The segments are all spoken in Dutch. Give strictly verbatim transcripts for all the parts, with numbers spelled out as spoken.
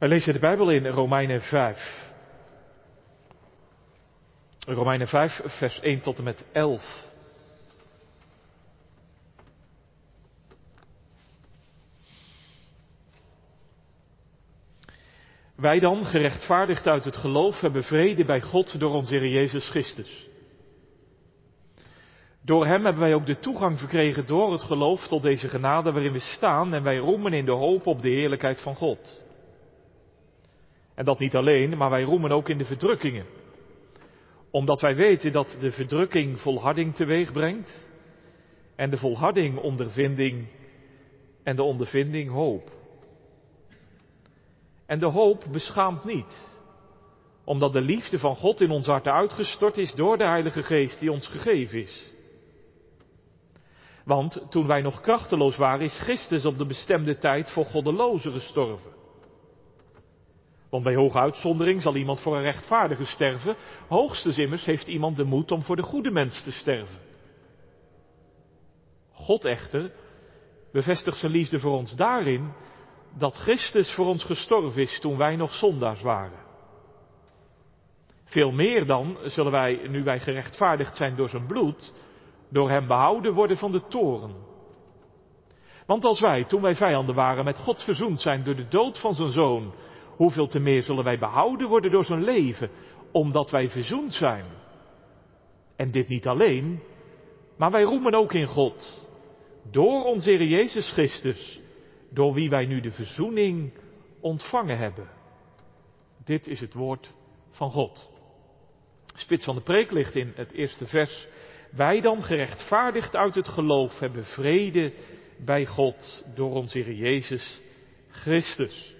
Wij lezen de Bijbel in Romeinen vijf. Romeinen vijf, vers één tot en met elf. Wij dan, gerechtvaardigd uit het geloof, hebben vrede bij God door onze Heer Jezus Christus. Door Hem hebben wij ook de toegang verkregen door het geloof tot deze genade waarin we staan en wij roemen in de hoop op de heerlijkheid van God. En dat niet alleen, maar wij roemen ook in de verdrukkingen. Omdat wij weten dat de verdrukking volharding teweeg brengt en de volharding ondervinding en de ondervinding hoop. En de hoop beschaamt niet, omdat de liefde van God in ons harten uitgestort is door de Heilige Geest die ons gegeven is. Want toen wij nog krachteloos waren, is Christus op de bestemde tijd voor goddelozen gestorven. Want bij hoge uitzondering zal iemand voor een rechtvaardige sterven, hoogstens immers heeft iemand de moed om voor de goede mens te sterven. God echter bevestigt zijn liefde voor ons daarin dat Christus voor ons gestorven is toen wij nog zondaars waren. Veel meer dan zullen wij, nu wij gerechtvaardigd zijn door zijn bloed, door hem behouden worden van de toorn. Want als wij, toen wij vijanden waren, met God verzoend zijn door de dood van zijn zoon, hoeveel te meer zullen wij behouden worden door zijn leven, omdat wij verzoend zijn. En dit niet alleen, maar wij roemen ook in God, door onze Heer Jezus Christus, door wie wij nu de verzoening ontvangen hebben. Dit is het woord van God. Spits van de preek ligt in het eerste vers. Wij dan, gerechtvaardigd uit het geloof, hebben vrede bij God door onze Heer Jezus Christus.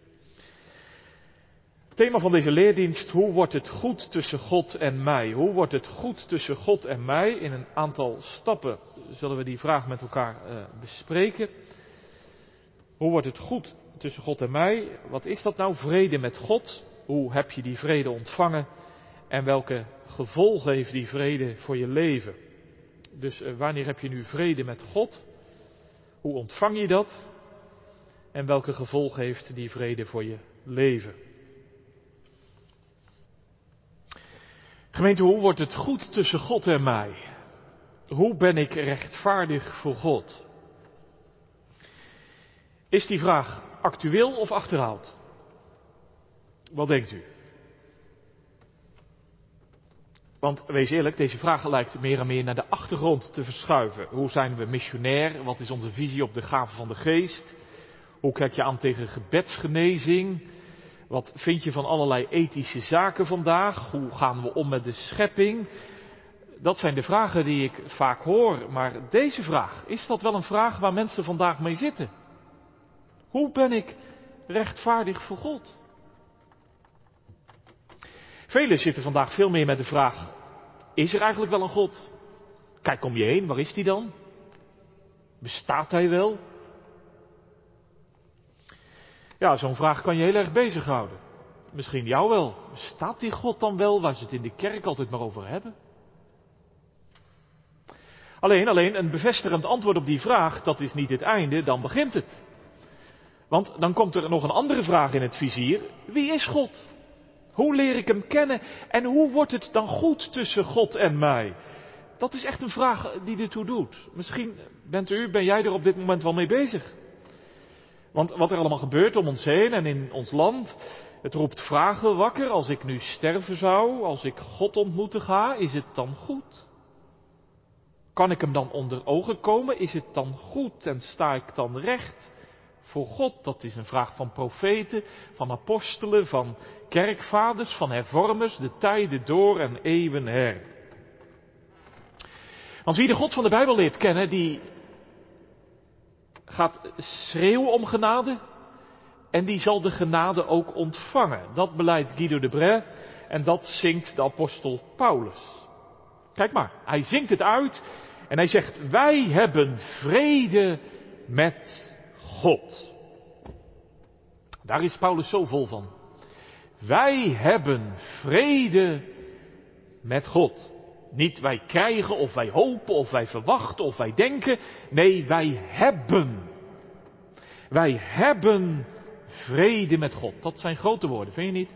Het thema van deze leerdienst, hoe wordt het goed tussen God en mij? Hoe wordt het goed tussen God en mij? In een aantal stappen zullen we die vraag met elkaar uh, bespreken. Hoe wordt het goed tussen God en mij? Wat is dat nou, vrede met God? Hoe heb je die vrede ontvangen? En welke gevolgen heeft die vrede voor je leven? Dus uh, wanneer heb je nu vrede met God? Hoe ontvang je dat? En welke gevolgen heeft die vrede voor je leven? Gemeente, hoe wordt het goed tussen God en mij? Hoe ben ik rechtvaardig voor God? Is die vraag actueel of achterhaald? Wat denkt u? Want wees eerlijk, deze vraag lijkt meer en meer naar de achtergrond te verschuiven. Hoe zijn we missionair? Wat is onze visie op de gaven van de geest? Hoe kijk je aan tegen gebedsgenezing? Wat vind je van allerlei ethische zaken vandaag? Hoe gaan we om met de schepping? Dat zijn de vragen die ik vaak hoor. Maar deze vraag, is dat wel een vraag waar mensen vandaag mee zitten? Hoe ben ik rechtvaardig voor God? Velen zitten vandaag veel meer met de vraag, is er eigenlijk wel een God? Kijk om je heen, waar is die dan? Bestaat hij wel? Ja, zo'n vraag kan je heel erg bezighouden. Misschien jou wel. Bestaat die God dan wel, waar ze het in de kerk altijd maar over hebben? Alleen, alleen, een bevestigend antwoord op die vraag, dat is niet het einde, dan begint het. Want dan komt er nog een andere vraag in het vizier. Wie is God? Hoe leer ik hem kennen? En hoe wordt het dan goed tussen God en mij? Dat is echt een vraag die ertoe doet. Misschien bent u, ben jij er op dit moment wel mee bezig. Want wat er allemaal gebeurt om ons heen en in ons land, het roept vragen wakker. Als ik nu sterven zou, als ik God ontmoeten ga, is het dan goed? Kan ik hem dan onder ogen komen? Is het dan goed en sta ik dan recht voor God? Dat is een vraag van profeten, van apostelen, van kerkvaders, van hervormers, de tijden door en eeuwen her. Want wie de God van de Bijbel leert kennen, die gaat schreeuwen om genade en die zal de genade ook ontvangen. Dat beleidt Guido de Brès en dat zingt de apostel Paulus. Kijk maar, hij zingt het uit en hij zegt, wij hebben vrede met God. Daar is Paulus zo vol van. Wij hebben vrede met God. Niet wij krijgen of wij hopen of wij verwachten of wij denken. Nee, wij hebben. Wij hebben vrede met God. Dat zijn grote woorden, vind je niet?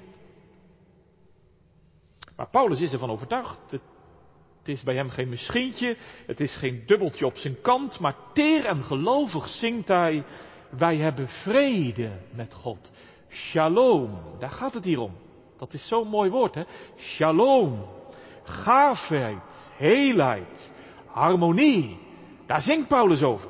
Maar Paulus is ervan overtuigd. Het, het is bij hem geen misschientje, het is geen dubbeltje op zijn kant, maar teer en gelovig zingt hij, wij hebben vrede met God. Shalom, daar gaat het hier om. Dat is zo'n mooi woord, hè? Shalom, gaafheid, heelheid, harmonie. Daar zingt Paulus over.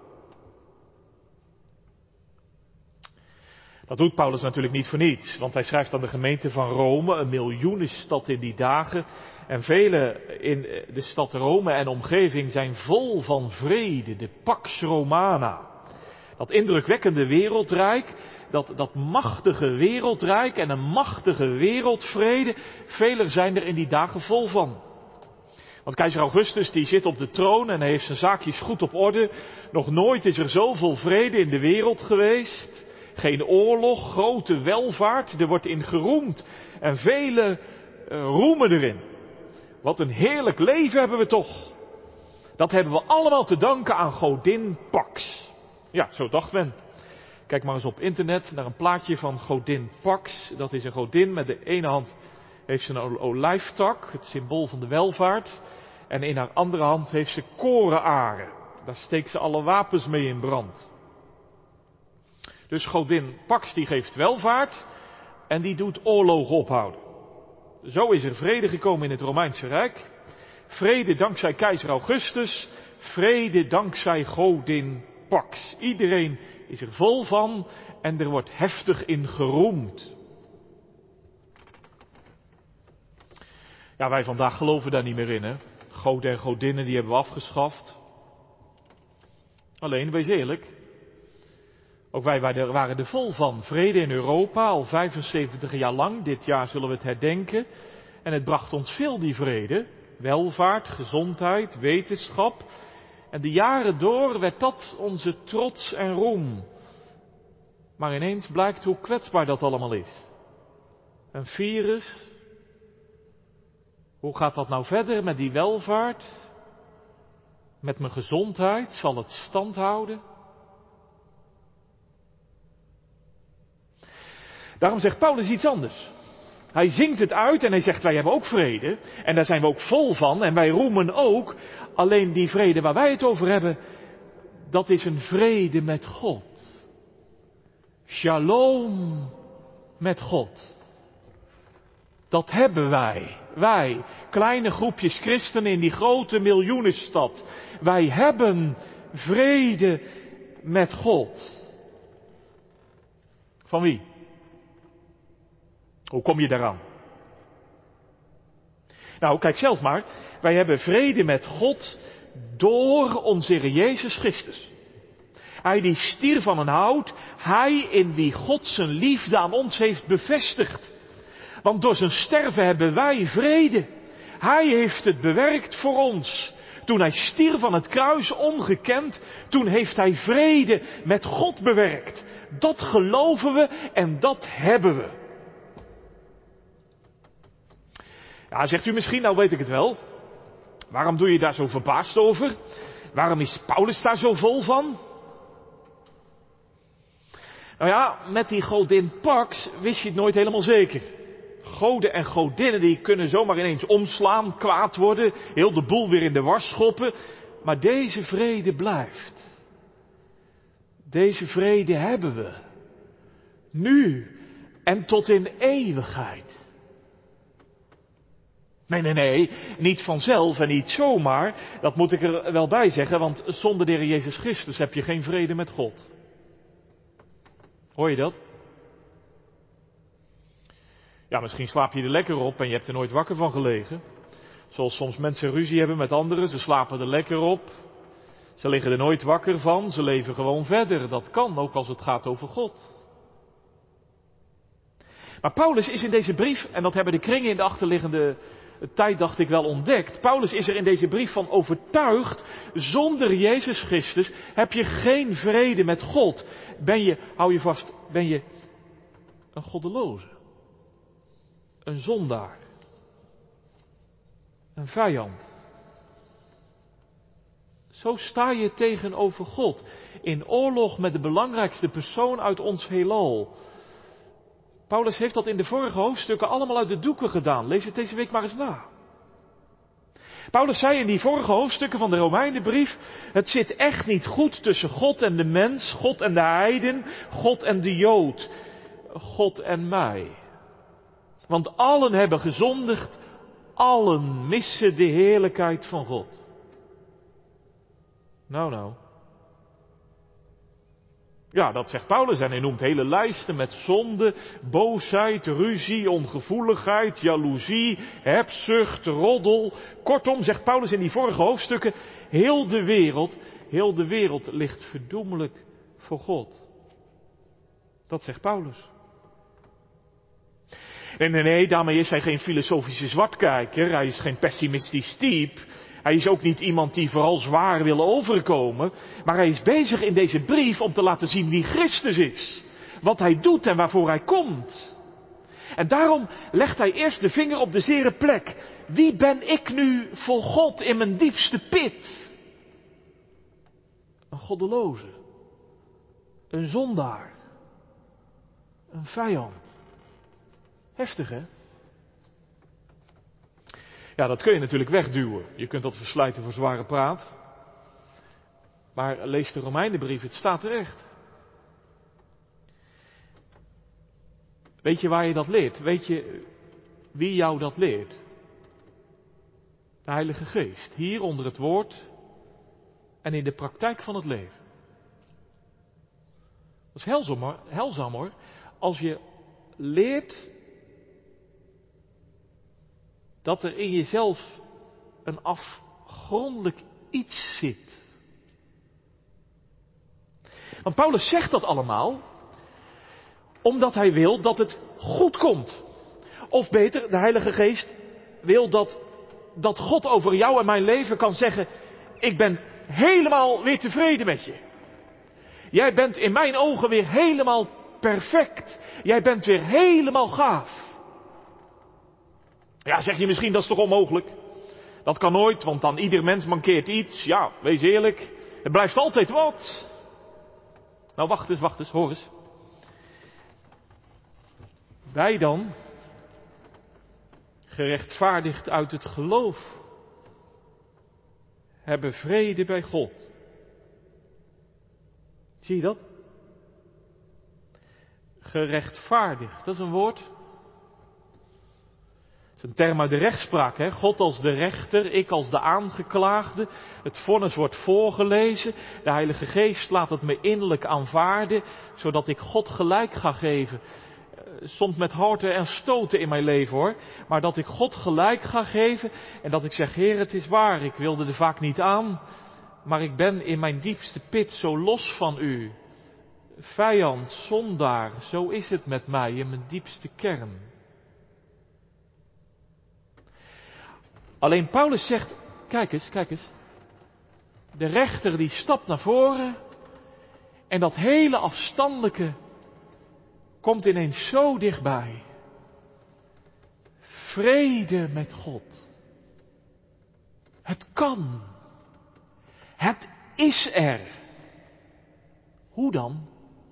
Dat doet Paulus natuurlijk niet voor niets, want hij schrijft aan de gemeente van Rome, een miljoenenstad in die dagen. En velen in de stad Rome en omgeving zijn vol van vrede, de Pax Romana. Dat indrukwekkende wereldrijk, dat, dat machtige wereldrijk en een machtige wereldvrede, velen zijn er in die dagen vol van. Want keizer Augustus die zit op de troon en hij heeft zijn zaakjes goed op orde. Nog nooit is er zoveel vrede in de wereld geweest. Geen oorlog, grote welvaart, er wordt in geroemd en velen uh, roemen erin. Wat een heerlijk leven hebben we toch. Dat hebben we allemaal te danken aan godin Pax. Ja, zo dacht men. Kijk maar eens op internet naar een plaatje van godin Pax. Dat is een godin met de ene hand heeft ze een olijftak, het symbool van de welvaart. En in haar andere hand heeft ze korenaren. Daar steekt ze alle wapens mee in brand. Dus godin Pax die geeft welvaart en die doet oorlogen ophouden. Zo is er vrede gekomen in het Romeinse Rijk. Vrede dankzij keizer Augustus. Vrede dankzij godin Pax. Iedereen is er vol van en er wordt heftig in geroemd. Ja, wij vandaag geloven daar niet meer in, hè. Goden en godinnen die hebben we afgeschaft. Alleen, wees eerlijk. Ook wij waren er vol van. Vrede in Europa, al vijfenzeventig jaar lang. Dit jaar zullen we het herdenken. En het bracht ons veel, die vrede. Welvaart, gezondheid, wetenschap. En de jaren door werd dat onze trots en roem. Maar ineens blijkt hoe kwetsbaar dat allemaal is. Een virus. Hoe gaat dat nou verder met die welvaart? Met mijn gezondheid? Zal het stand houden? Daarom zegt Paulus iets anders. Hij zingt het uit en hij zegt wij hebben ook vrede. En daar zijn we ook vol van en wij roemen ook. Alleen die vrede waar wij het over hebben, dat is een vrede met God. Shalom met God. Dat hebben wij. Wij, kleine groepjes christenen in die grote miljoenenstad. Wij hebben vrede met God. Van wie? Hoe kom je daaraan? Nou, kijk zelf maar. Wij hebben vrede met God door onze Heer Jezus Christus. Hij die stierf van een hout, hij in wie God zijn liefde aan ons heeft bevestigd. Want door zijn sterven hebben wij vrede. Hij heeft het bewerkt voor ons. Toen hij stierf aan het kruis ongekend, toen heeft hij vrede met God bewerkt. Dat geloven we en dat hebben we. Ja, zegt u misschien, nou weet ik het wel. Waarom doe je daar zo verbaasd over? Waarom is Paulus daar zo vol van? Nou ja, met die godin Pax wist je het nooit helemaal zeker. Goden en godinnen die kunnen zomaar ineens omslaan, kwaad worden, heel de boel weer in de war schoppen. Maar deze vrede blijft. Deze vrede hebben we. Nu en tot in eeuwigheid. Nee, nee, nee, niet vanzelf en niet zomaar. Dat moet ik er wel bij zeggen, want zonder de Heer Jezus Christus heb je geen vrede met God. Hoor je dat? Ja, misschien slaap je er lekker op en je hebt er nooit wakker van gelegen. Zoals soms mensen ruzie hebben met anderen, ze slapen er lekker op. Ze liggen er nooit wakker van, ze leven gewoon verder. Dat kan, ook als het gaat over God. Maar Paulus is in deze brief, en dat hebben de kringen in de achterliggende tijd dacht ik wel ontdekt. Paulus is er in deze brief van overtuigd, zonder Jezus Christus heb je geen vrede met God. Ben je, hou je vast, ben je een goddeloze. Een zondaar. Een vijand. Zo sta je tegenover God. In oorlog met de belangrijkste persoon uit ons heelal. Paulus heeft dat in de vorige hoofdstukken allemaal uit de doeken gedaan. Lees het deze week maar eens na. Paulus zei in die vorige hoofdstukken van de Romeinenbrief: het zit echt niet goed tussen God en de mens, God en de heiden, God en de Jood, God en mij. Want allen hebben gezondigd, allen missen de heerlijkheid van God. Nou, nou. Ja, dat zegt Paulus en hij noemt hele lijsten met zonde, boosheid, ruzie, ongevoeligheid, jaloezie, hebzucht, roddel. Kortom, zegt Paulus in die vorige hoofdstukken, heel de wereld, heel de wereld ligt verdoemelijk voor God. Dat zegt Paulus. En nee, nee, daarmee is hij geen filosofische zwartkijker, hij is geen pessimistisch type. Hij is ook niet iemand die vooral zwaar wil overkomen, maar hij is bezig in deze brief om te laten zien wie Christus is. Wat hij doet en waarvoor hij komt. En daarom legt hij eerst de vinger op de zere plek. Wie ben ik nu voor God in mijn diepste pit? Een goddeloze. Een zondaar. Een vijand. Heftig, hè? Ja, dat kun je natuurlijk wegduwen. Je kunt dat verslijten voor zware praat. Maar lees de Romeinenbrief, het staat er echt. Weet je waar je dat leert? Weet je wie jou dat leert? De Heilige Geest. Hier onder het woord en in de praktijk van het leven. Dat is heilzaam hoor. Heilzaam hoor. Als je leert dat er in jezelf een afgrondelijk iets zit. Want Paulus zegt dat allemaal omdat hij wil dat het goed komt. Of beter, de Heilige Geest wil dat, dat God over jou en mijn leven kan zeggen: ik ben helemaal weer tevreden met je. Jij bent in mijn ogen weer helemaal perfect. Jij bent weer helemaal gaaf. Ja, zeg je misschien, dat is toch onmogelijk? Dat kan nooit, want aan ieder mens mankeert iets. Ja, wees eerlijk, er blijft altijd wat. Nou, wacht eens, wacht eens, hoor eens. Wij dan, gerechtvaardigd uit het geloof, hebben vrede bij God. Zie je dat? Gerechtvaardigd, dat is een woord. Het is een term uit de rechtspraak, hè? God als de rechter, ik als de aangeklaagde. Het vonnis wordt voorgelezen. De Heilige Geest laat het me innerlijk aanvaarden, zodat ik God gelijk ga geven. Soms met horten en stoten in mijn leven hoor. Maar dat ik God gelijk ga geven en dat ik zeg: Heer, het is waar, ik wilde er vaak niet aan. Maar ik ben in mijn diepste pit zo los van u. Vijand, zondaar, zo is het met mij in mijn diepste kern. Alleen Paulus zegt, kijk eens, kijk eens. De rechter die stapt naar voren en dat hele afstandelijke komt ineens zo dichtbij. Vrede met God. Het kan. Het is er. Hoe dan?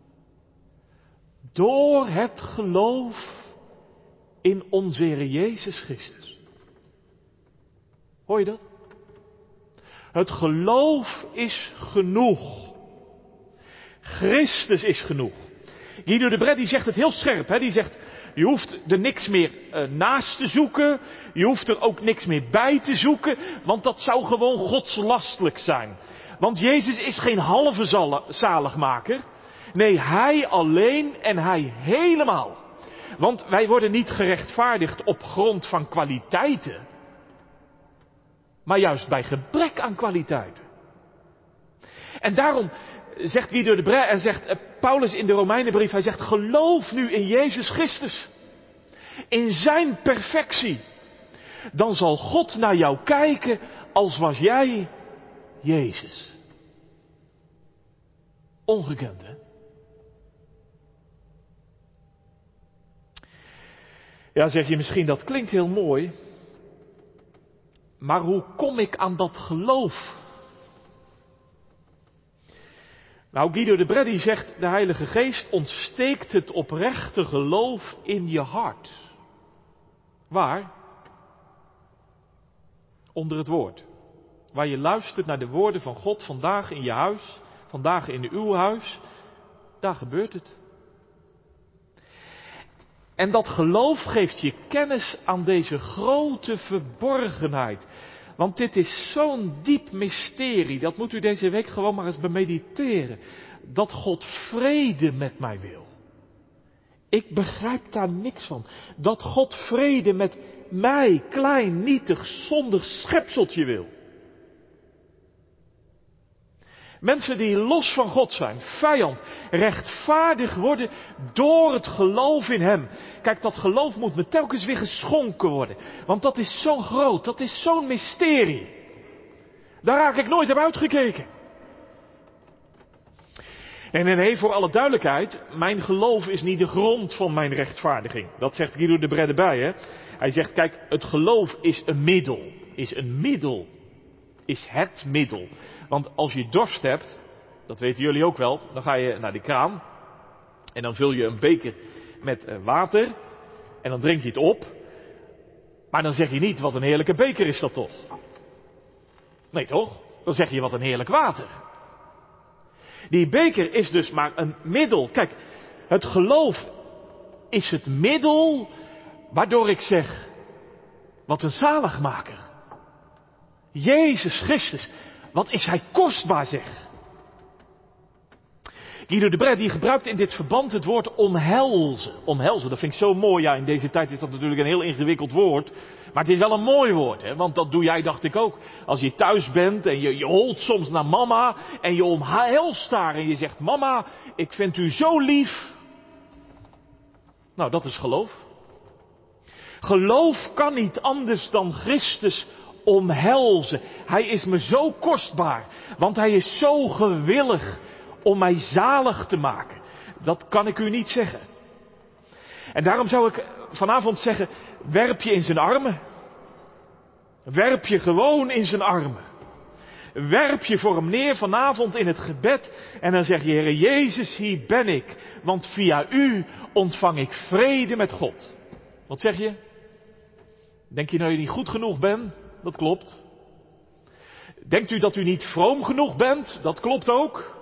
Door het geloof in onze Heer Jezus Christus. Hoor je dat? Het geloof is genoeg. Christus is genoeg. Guido de Bret die zegt het heel scherp. Hè? Die zegt, je hoeft er niks meer uh, naast te zoeken. Je hoeft er ook niks meer bij te zoeken. Want dat zou gewoon godslastelijk zijn. Want Jezus is geen halve zaligmaker. Nee, Hij alleen en Hij helemaal. Want wij worden niet gerechtvaardigd op grond van kwaliteiten. Maar juist bij gebrek aan kwaliteiten. En daarom zegt Guido de Bret en zegt Paulus in de Romeinenbrief, hij zegt: geloof nu in Jezus Christus. In zijn perfectie. Dan zal God naar jou kijken als was jij Jezus. Ongekend, hè? Ja, zeg je misschien, dat klinkt heel mooi. Maar hoe kom ik aan dat geloof? Nou, Guido de Breddy zegt, de Heilige Geest ontsteekt het oprechte geloof in je hart. Waar? Onder het woord. Waar je luistert naar de woorden van God vandaag in je huis, vandaag in uw huis, daar gebeurt het. En dat geloof geeft je kennis aan deze grote verborgenheid. Want dit is zo'n diep mysterie, dat moet u deze week gewoon maar eens bemediteren. Dat God vrede met mij wil. Ik begrijp daar niks van. Dat God vrede met mij, klein, nietig, zondig schepseltje wil. Mensen die los van God zijn, vijand, rechtvaardig worden door het geloof in Hem. Kijk, dat geloof moet me telkens weer geschonken worden. Want dat is zo groot, dat is zo'n mysterie. Daar raak ik nooit op uitgekeken. En nee, nee, voor alle duidelijkheid, mijn geloof is niet de grond van mijn rechtvaardiging. Dat zegt Guido de Breddy bij, hè. Hij zegt, kijk, het geloof is een middel, is een middel, is het middel. Want als je dorst hebt, dat weten jullie ook wel, dan ga je naar de kraan en dan vul je een beker met water en dan drink je het op. Maar dan zeg je niet, wat een heerlijke beker is dat toch? Nee toch? Dan zeg je, wat een heerlijk water. Die beker is dus maar een middel. Kijk, het geloof is het middel waardoor ik zeg, wat een zaligmaker. Jezus Christus, wat is Hij kostbaar zeg. Guido de Breddy gebruikt in dit verband het woord omhelzen. Omhelzen, dat vind ik zo mooi. Ja, in deze tijd is dat natuurlijk een heel ingewikkeld woord. Maar het is wel een mooi woord, hè? Want dat doe jij, dacht ik ook. Als je thuis bent en je, je holt soms naar mama en je omhelst haar en je zegt, mama, ik vind u zo lief. Nou, dat is geloof. Geloof kan niet anders dan Christus omhelzen. Hij is me zo kostbaar, want Hij is zo gewillig om mij zalig te maken. Dat kan ik u niet zeggen. En daarom zou ik vanavond zeggen, werp je in zijn armen. Werp je gewoon in zijn armen. Werp je voor hem neer vanavond in het gebed en dan zeg je, Heere Jezus, hier ben ik, want via u ontvang ik vrede met God. Wat zeg je? Denk je nou je niet goed genoeg bent? Dat klopt. Denkt u dat u niet vroom genoeg bent? Dat klopt ook.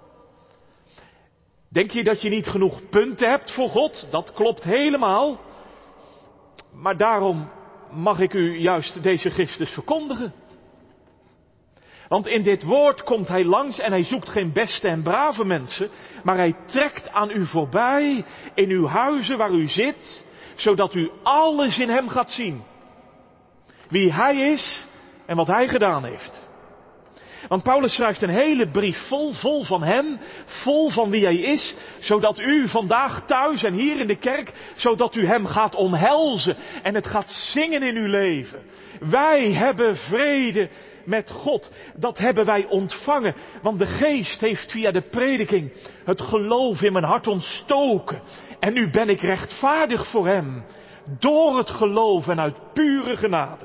Denk je dat je niet genoeg punten hebt voor God? Dat klopt helemaal. Maar daarom mag ik u juist deze Christus verkondigen. Want in dit woord komt Hij langs en Hij zoekt geen beste en brave mensen, maar Hij trekt aan u voorbij in uw huizen waar u zit, zodat u alles in Hem gaat zien. Wie Hij is en wat Hij gedaan heeft. Want Paulus schrijft een hele brief vol, vol van Hem, vol van wie Hij is, zodat u vandaag thuis en hier in de kerk, zodat u Hem gaat omhelzen en het gaat zingen in uw leven. Wij hebben vrede met God. Dat hebben wij ontvangen, want de Geest heeft via de prediking het geloof in mijn hart ontstoken. En nu ben ik rechtvaardig voor Hem, door het geloof en uit pure genade.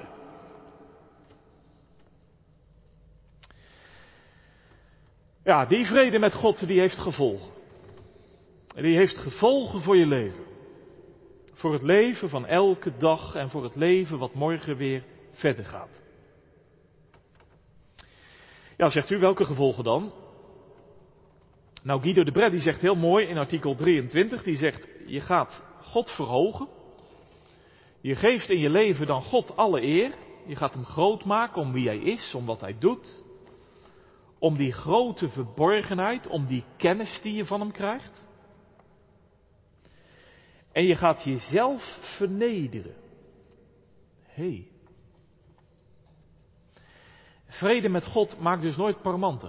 Ja, die vrede met God, die heeft gevolgen. Die heeft gevolgen voor je leven. Voor het leven van elke dag en voor het leven wat morgen weer verder gaat. Ja, zegt u, welke gevolgen dan? Nou, Guido de Breddy zegt heel mooi in artikel drieëntwintig, die zegt, je gaat God verhogen. Je geeft in je leven dan God alle eer. Je gaat Hem groot maken om wie Hij is, om wat Hij doet. Om die grote verborgenheid, om die kennis die je van Hem krijgt. En je gaat jezelf vernederen. Hé. Hey. Vrede met God maakt dus nooit parmantig.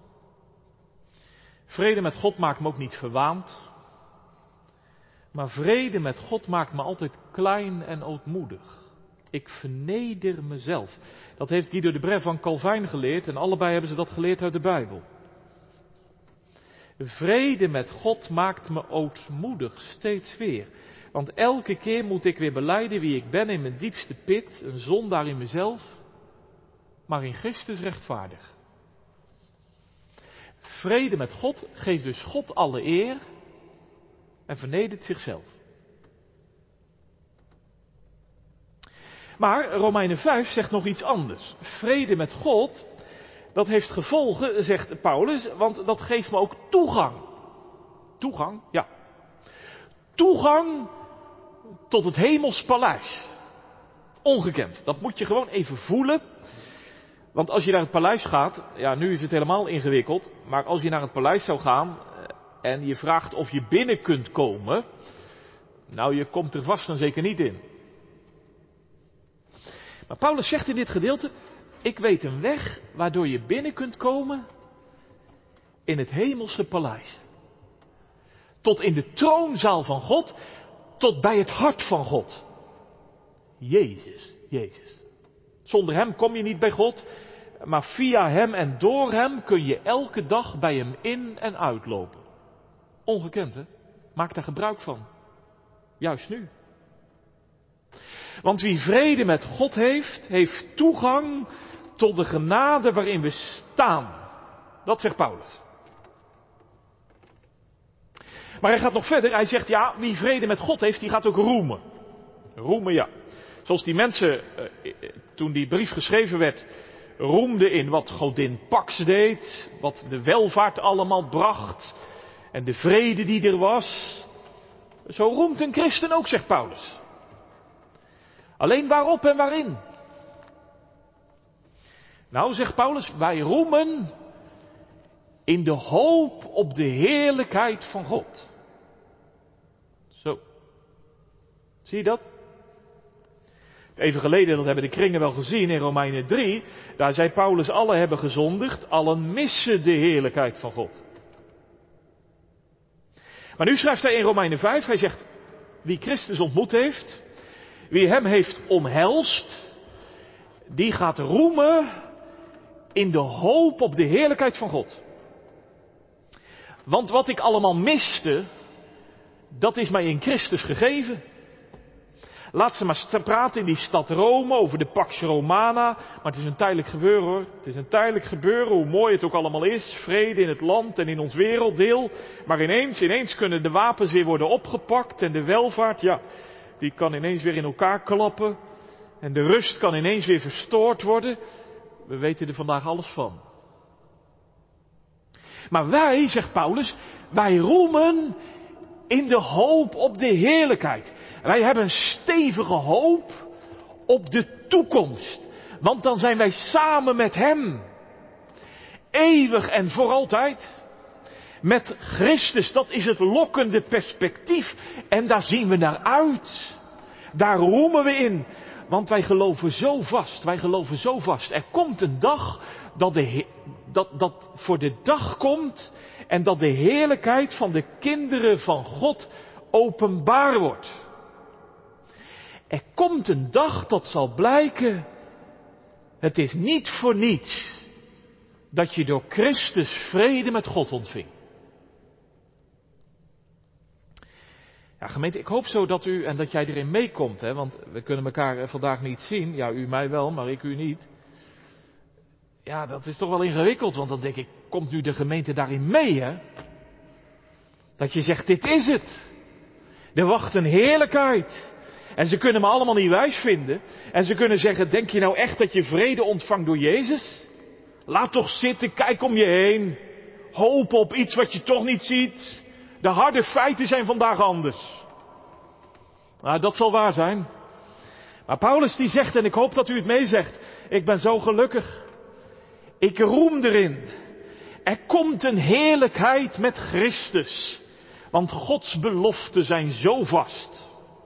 Vrede met God maakt me ook niet verwaand. Maar vrede met God maakt me altijd klein en ootmoedig. Ik verneder mezelf. Dat heeft Guido de Breddy van Calvijn geleerd en allebei hebben ze dat geleerd uit de Bijbel. Vrede met God maakt me ootmoedig, steeds weer. Want elke keer moet ik weer belijden wie ik ben in mijn diepste pit, een zondaar in mezelf, maar in Christus rechtvaardig. Vrede met God geeft dus God alle eer en vernedert zichzelf. Maar Romeinen vijf zegt nog iets anders. Vrede met God, dat heeft gevolgen, zegt Paulus, want dat geeft me ook toegang. Toegang? Ja. Toegang tot het hemels paleis. Ongekend. Dat moet je gewoon even voelen. Want als je naar het paleis gaat, ja, nu is het helemaal ingewikkeld, maar als je naar het paleis zou gaan en je vraagt of je binnen kunt komen, nou, je komt er vast en zeker niet in. Maar Paulus zegt in dit gedeelte, ik weet een weg waardoor je binnen kunt komen in het hemelse paleis. Tot in de troonzaal van God, tot bij het hart van God. Jezus, Jezus. Zonder hem kom je niet bij God, maar via hem en door hem kun je elke dag bij hem in en uitlopen. Ongekend, hè? Maak daar gebruik van. Juist nu. Want wie vrede met God heeft, heeft toegang tot de genade waarin we staan. Dat zegt Paulus. Maar hij gaat nog verder. Hij zegt, ja, wie vrede met God heeft, die gaat ook roemen. Roemen, ja. Zoals die mensen, toen die brief geschreven werd, roemden in wat godin Pax deed, wat de welvaart allemaal bracht en de vrede die er was. Zo roemt een christen ook, zegt Paulus. Alleen waarop en waarin? Nou, zegt Paulus, wij roemen in de hoop op de heerlijkheid van God. Zo. Zie je dat? Even geleden, dat hebben de kringen wel gezien in Romeinen drie, daar zei Paulus, allen hebben gezondigd, allen missen de heerlijkheid van God. Maar nu schrijft hij in Romeinen vijf, hij zegt, wie Christus ontmoet heeft, wie hem heeft omhelst, die gaat roemen in de hoop op de heerlijkheid van God. Want wat ik allemaal miste, dat is mij in Christus gegeven. Laat ze maar praten in die stad Rome over de Pax Romana. Maar het is een tijdelijk gebeuren hoor. Het is een tijdelijk gebeuren, hoe mooi het ook allemaal is. Vrede in het land en in ons werelddeel. Maar ineens, ineens kunnen de wapens weer worden opgepakt. En de welvaart, ja, die kan ineens weer in elkaar klappen. En de rust kan ineens weer verstoord worden. We weten er vandaag alles van. Maar wij, zegt Paulus, wij roemen in de hoop op de heerlijkheid. Wij hebben een stevige hoop op de toekomst. Want dan zijn wij samen met hem. Eeuwig en voor altijd. Met Christus, dat is het lokkende perspectief. En daar zien we naar uit. Daar roemen we in. Want wij geloven zo vast, wij geloven zo vast. Er komt een dag dat, de, dat, dat voor de dag komt en dat de heerlijkheid van de kinderen van God openbaar wordt. Er komt een dag dat zal blijken, het is niet voor niets dat je door Christus vrede met God ontving. Ja, gemeente, ik hoop zo dat u en dat jij erin meekomt, hè, want we kunnen elkaar vandaag niet zien. Ja, u mij wel, maar ik u niet. Ja, dat is toch wel ingewikkeld, want dan denk ik, komt nu de gemeente daarin mee, hè? Dat je zegt, dit is het. Er wacht een heerlijkheid. En ze kunnen me allemaal niet wijs vinden. En ze kunnen zeggen, denk je nou echt dat je vrede ontvangt door Jezus? Laat toch zitten, kijk om je heen. Hoop op iets wat je toch niet ziet. De harde feiten zijn vandaag anders. Nou, dat zal waar zijn. Maar Paulus die zegt, en ik hoop dat u het meezegt, ik ben zo gelukkig. Ik roem erin. Er komt een heerlijkheid met Christus. Want Gods beloften zijn zo vast.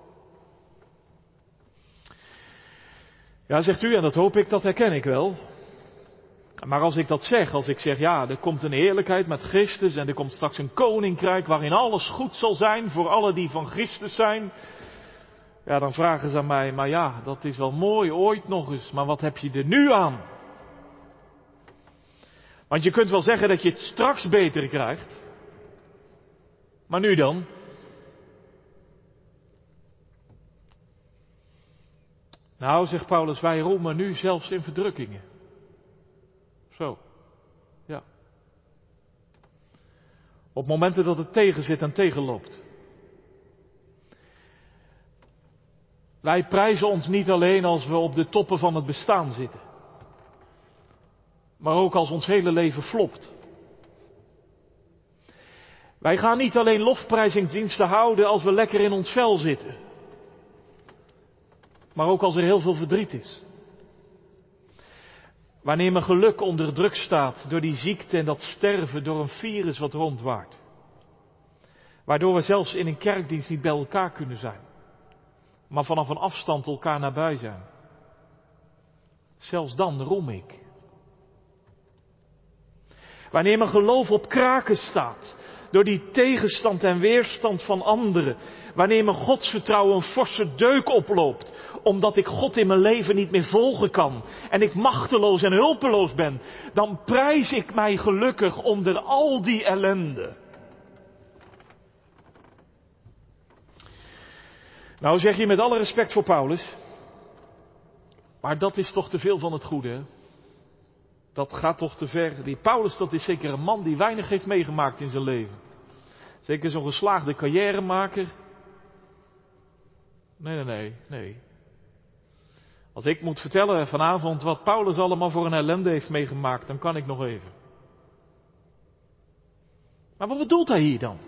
Ja, zegt u, en dat hoop ik, dat herken ik wel. Maar als ik dat zeg, als ik zeg, ja, er komt een heerlijkheid met Christus en er komt straks een koninkrijk waarin alles goed zal zijn voor alle die van Christus zijn. Ja, dan vragen ze aan mij, maar ja, dat is wel mooi ooit nog eens, maar wat heb je er nu aan? Want je kunt wel zeggen dat je het straks beter krijgt. Maar nu dan? Nou, zegt Paulus, wij roemen nu zelfs in verdrukkingen. Zo, ja. Op momenten dat het tegen zit en tegenloopt. Wij prijzen ons niet alleen als we op de toppen van het bestaan zitten. Maar ook als ons hele leven flopt. Wij gaan niet alleen lofprijzingsdiensten houden als we lekker in ons vel zitten. Maar ook als er heel veel verdriet is. Wanneer mijn geluk onder druk staat door die ziekte en dat sterven door een virus wat rondwaart. Waardoor we zelfs in een kerkdienst niet bij elkaar kunnen zijn. Maar vanaf een afstand elkaar nabij zijn. Zelfs dan roem ik. Wanneer mijn geloof op kraken staat. Door die tegenstand en weerstand van anderen. Wanneer mijn godsvertrouwen een forse deuk oploopt. Omdat ik God in mijn leven niet meer volgen kan. En ik machteloos en hulpeloos ben. Dan prijs ik mij gelukkig onder al die ellende. Nou zeg je met alle respect voor Paulus. Maar dat is toch te veel van het goede, hè? Dat gaat toch te ver. Die Paulus, dat is zeker een man die weinig heeft meegemaakt in zijn leven. Zeker zo'n geslaagde carrièremaker. Nee, nee, nee, nee. Als ik moet vertellen vanavond wat Paulus allemaal voor een ellende heeft meegemaakt, dan kan ik nog even. Maar wat bedoelt hij hier dan?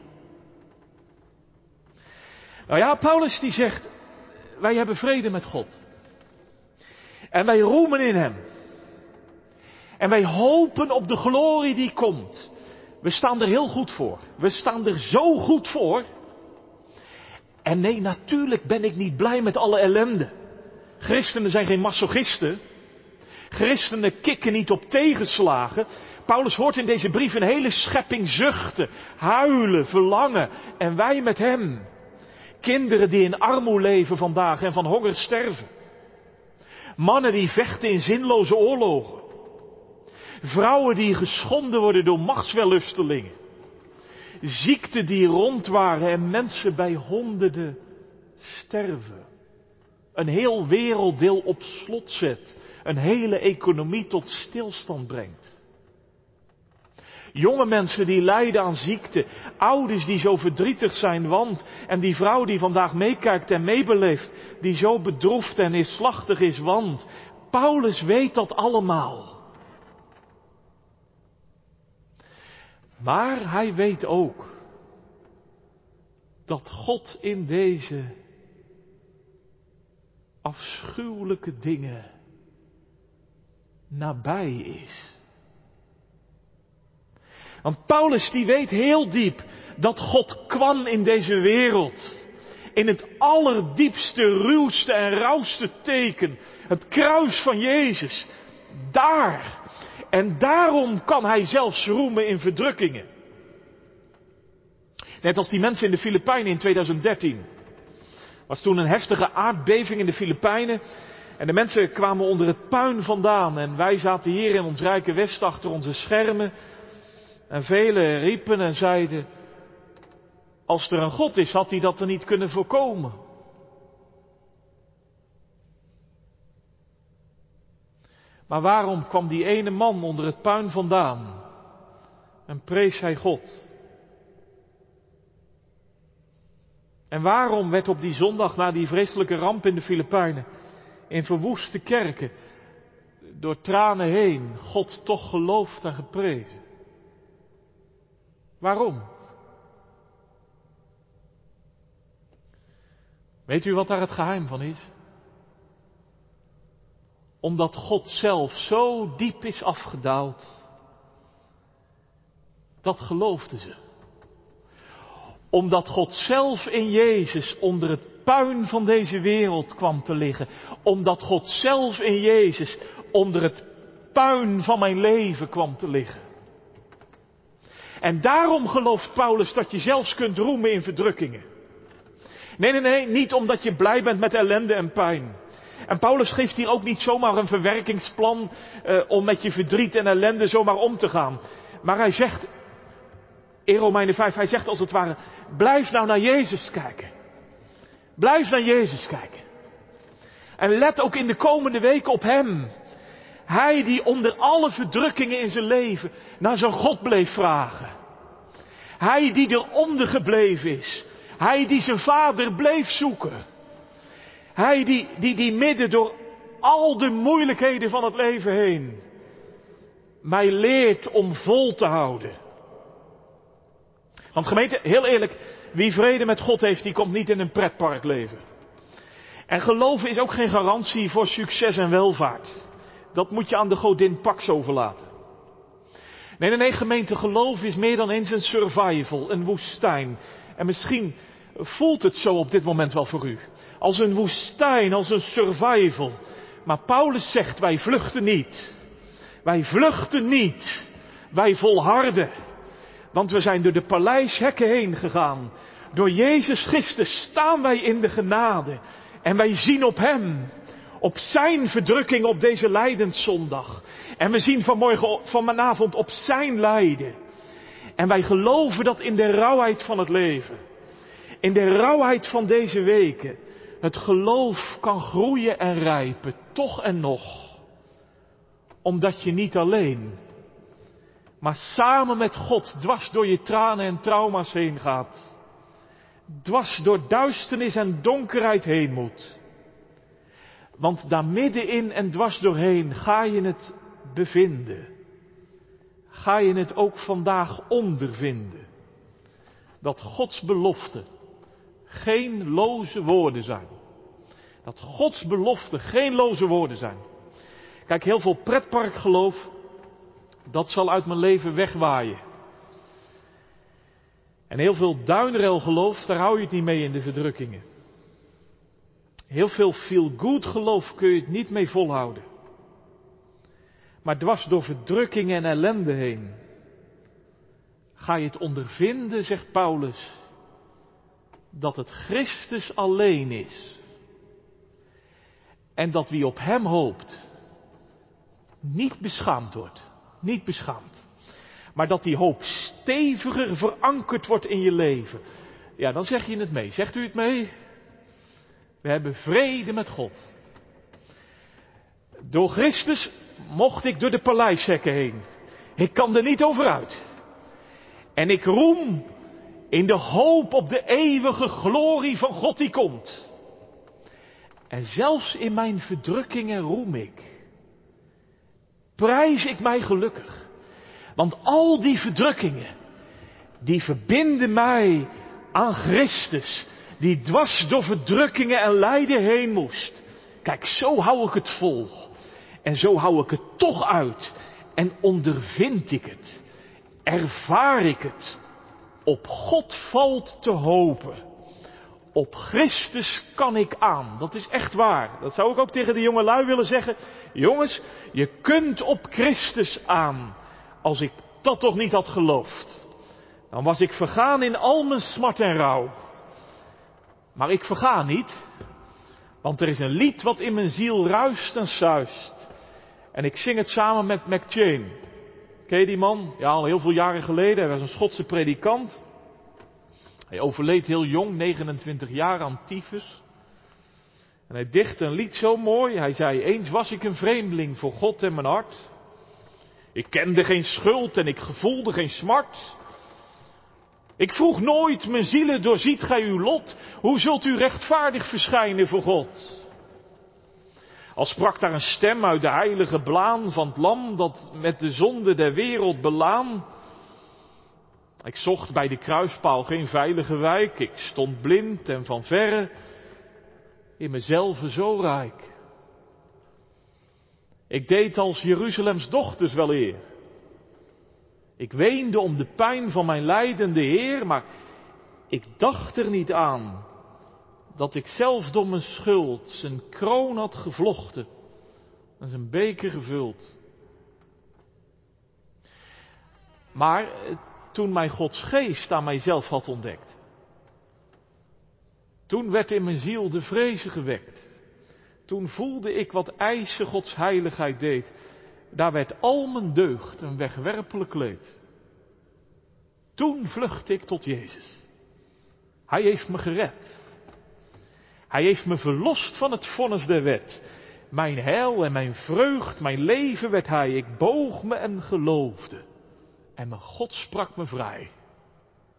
Nou ja, Paulus die zegt, wij hebben vrede met God. En wij roemen in hem. En wij hopen op de glorie die komt. We staan er heel goed voor. We staan er zo goed voor. En nee, natuurlijk ben ik niet blij met alle ellende. Christenen zijn geen masochisten. Christenen kikken niet op tegenslagen. Paulus hoort in deze brief een hele schepping zuchten, huilen, verlangen. En wij met hem. Kinderen die in armoede leven vandaag en van honger sterven. Mannen die vechten in zinloze oorlogen. Vrouwen die geschonden worden door machtswellustelingen. Ziekten die rondwaren en mensen bij honderden sterven. Een heel werelddeel op slot zet. Een hele economie tot stilstand brengt. Jonge mensen die lijden aan ziekte. Ouders die zo verdrietig zijn, want. En die vrouw die vandaag meekijkt en meebeleeft. Die zo bedroefd en neerslachtig is, want. Paulus weet dat allemaal. Maar hij weet ook. Dat God in deze afschuwelijke dingen nabij is. Want Paulus die weet heel diep dat God kwam in deze wereld. In het allerdiepste, ruwste en rauwste teken. Het kruis van Jezus. Daar. En daarom kan hij zelfs roemen in verdrukkingen. Net als die mensen in de Filipijnen in tweeduizend dertien. Was toen een heftige aardbeving in de Filipijnen. En de mensen kwamen onder het puin vandaan. En wij zaten hier in ons rijke Westen achter onze schermen. En velen riepen en zeiden, als er een God is, had hij dat er niet kunnen voorkomen. Maar waarom kwam die ene man onder het puin vandaan en prees hij God? En waarom werd op die zondag na die vreselijke ramp in de Filipijnen, in verwoeste kerken, door tranen heen, God toch geloofd en geprezen? Waarom? Weet u wat daar het geheim van is? Omdat God zelf zo diep is afgedaald. Dat geloofden ze. Omdat God zelf in Jezus onder het puin van deze wereld kwam te liggen. Omdat God zelf in Jezus onder het puin van mijn leven kwam te liggen. En daarom gelooft Paulus dat je zelfs kunt roemen in verdrukkingen. Nee, nee, nee, niet omdat je blij bent met ellende en pijn. En Paulus geeft hier ook niet zomaar een verwerkingsplan uh, om met je verdriet en ellende zomaar om te gaan. Maar hij zegt, in Romeinen vijf, hij zegt als het ware, blijf nou naar Jezus kijken. Blijf naar Jezus kijken. En let ook in de komende weken op hem. Hij die onder alle verdrukkingen in zijn leven naar zijn God bleef vragen. Hij die eronder gebleven is. Hij die zijn vader bleef zoeken. Hij die, die, die midden door al de moeilijkheden van het leven heen mij leert om vol te houden. Want gemeente, heel eerlijk, wie vrede met God heeft, die komt niet in een pretpark leven. En geloven is ook geen garantie voor succes en welvaart. Dat moet je aan de godin Pax overlaten. Nee, nee, nee, gemeente, geloven is meer dan eens een survival, een woestijn. En misschien voelt het zo op dit moment wel voor u. Als een woestijn, als een survival. Maar Paulus zegt, wij vluchten niet. Wij vluchten niet. Wij volharden. Want we zijn door de paleishekken heen gegaan. Door Jezus Christus staan wij in de genade. En wij zien op Hem. Op zijn verdrukking op deze lijdenszondag. En we zien vanmorgen, vanavond op zijn lijden. En wij geloven dat in de rauwheid van het leven. In de rauwheid van deze weken. Het geloof kan groeien en rijpen. Toch en nog. Omdat je niet alleen. Maar samen met God dwars door je tranen en trauma's heen gaat. Dwars door duisternis en donkerheid heen moet. Want daar middenin en dwars doorheen ga je het bevinden. Ga je het ook vandaag ondervinden. Dat Gods beloften geen loze woorden zijn. Dat Gods beloften geen loze woorden zijn. Kijk, heel veel pretparkgeloof, dat zal uit mijn leven wegwaaien. En heel veel duinruilgeloof, daar hou je het niet mee in de verdrukkingen. Heel veel feel-good geloof kun je het niet mee volhouden. Maar dwars door verdrukkingen en ellende heen ga je het ondervinden, zegt Paulus, dat het Christus alleen is. En dat wie op Hem hoopt, niet beschaamd wordt. Niet beschaamd. Maar dat die hoop steviger verankerd wordt in je leven. Ja, dan zeg je het mee. Zegt u het mee? We hebben vrede met God. Door Christus mocht ik door de paleishekken heen. Ik kan er niet over uit. En ik roem in de hoop op de eeuwige glorie van God die komt. En zelfs in mijn verdrukkingen roem ik. Prijs ik mij gelukkig. Want al die verdrukkingen, die verbinden mij aan Christus. Die dwars door verdrukkingen en lijden heen moest. Kijk, zo hou ik het vol. En zo hou ik het toch uit. En ondervind ik het. Ervaar ik het. Op God valt te hopen. Op Christus kan ik aan. Dat is echt waar. Dat zou ik ook tegen de jonge lui willen zeggen. Jongens, je kunt op Christus aan. Als ik dat toch niet had geloofd. Dan was ik vergaan in al mijn smart en rouw. Maar ik verga niet. Want er is een lied wat in mijn ziel ruist en suist. En ik zing het samen met McChain. Ken je die man? Ja, al heel veel jaren geleden. Hij was een Schotse predikant. Hij overleed heel jong, negenentwintig jaar, aan tyfus. En hij dichtte een lied zo mooi. Hij zei, eens was ik een vreemdeling voor God en mijn hart. Ik kende geen schuld en ik gevoelde geen smart. Ik vroeg nooit, mijn zielen, doorziet gij uw lot? Hoe zult u rechtvaardig verschijnen voor God? Al sprak daar een stem uit de heilige blaam van het lam dat met de zonde der wereld belaan. Ik zocht bij de kruispaal geen veilige wijk. Ik stond blind en van verre in mezelf zo rijk. Ik deed als Jeruzalems dochters wel eer. Ik weende om de pijn van mijn lijdende Heer, maar ik dacht er niet aan dat ik zelf door mijn schuld zijn kroon had gevlochten en zijn beker gevuld. Maar toen mij Gods geest aan mijzelf had ontdekt, toen werd in mijn ziel de vreze gewekt. Toen voelde ik wat eisen Gods heiligheid deed. Daar werd al mijn deugd een wegwerpelijk kleed. Toen vluchtte ik tot Jezus. Hij heeft me gered. Hij heeft me verlost van het vonnis der wet. Mijn heil en mijn vreugd, mijn leven werd Hij. Ik boog me en geloofde. En mijn God sprak me vrij.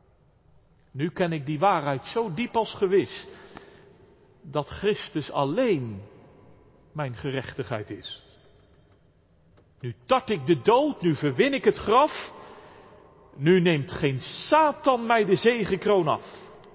Nu ken ik die waarheid zo diep als gewis, dat Christus alleen mijn gerechtigheid is. Nu tart ik de dood, nu verwin ik het graf, nu neemt geen Satan mij de zegekroon af.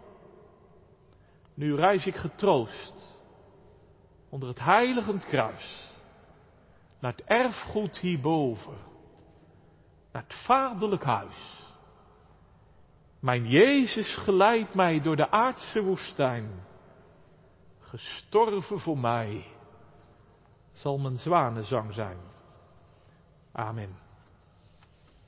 Nu reis ik getroost onder het heiligend kruis, naar het erfgoed hierboven, naar het vaderlijk huis. Mijn Jezus geleidt mij door de aardse woestijn, gestorven voor mij, zal mijn zwanenzang zijn. Amen.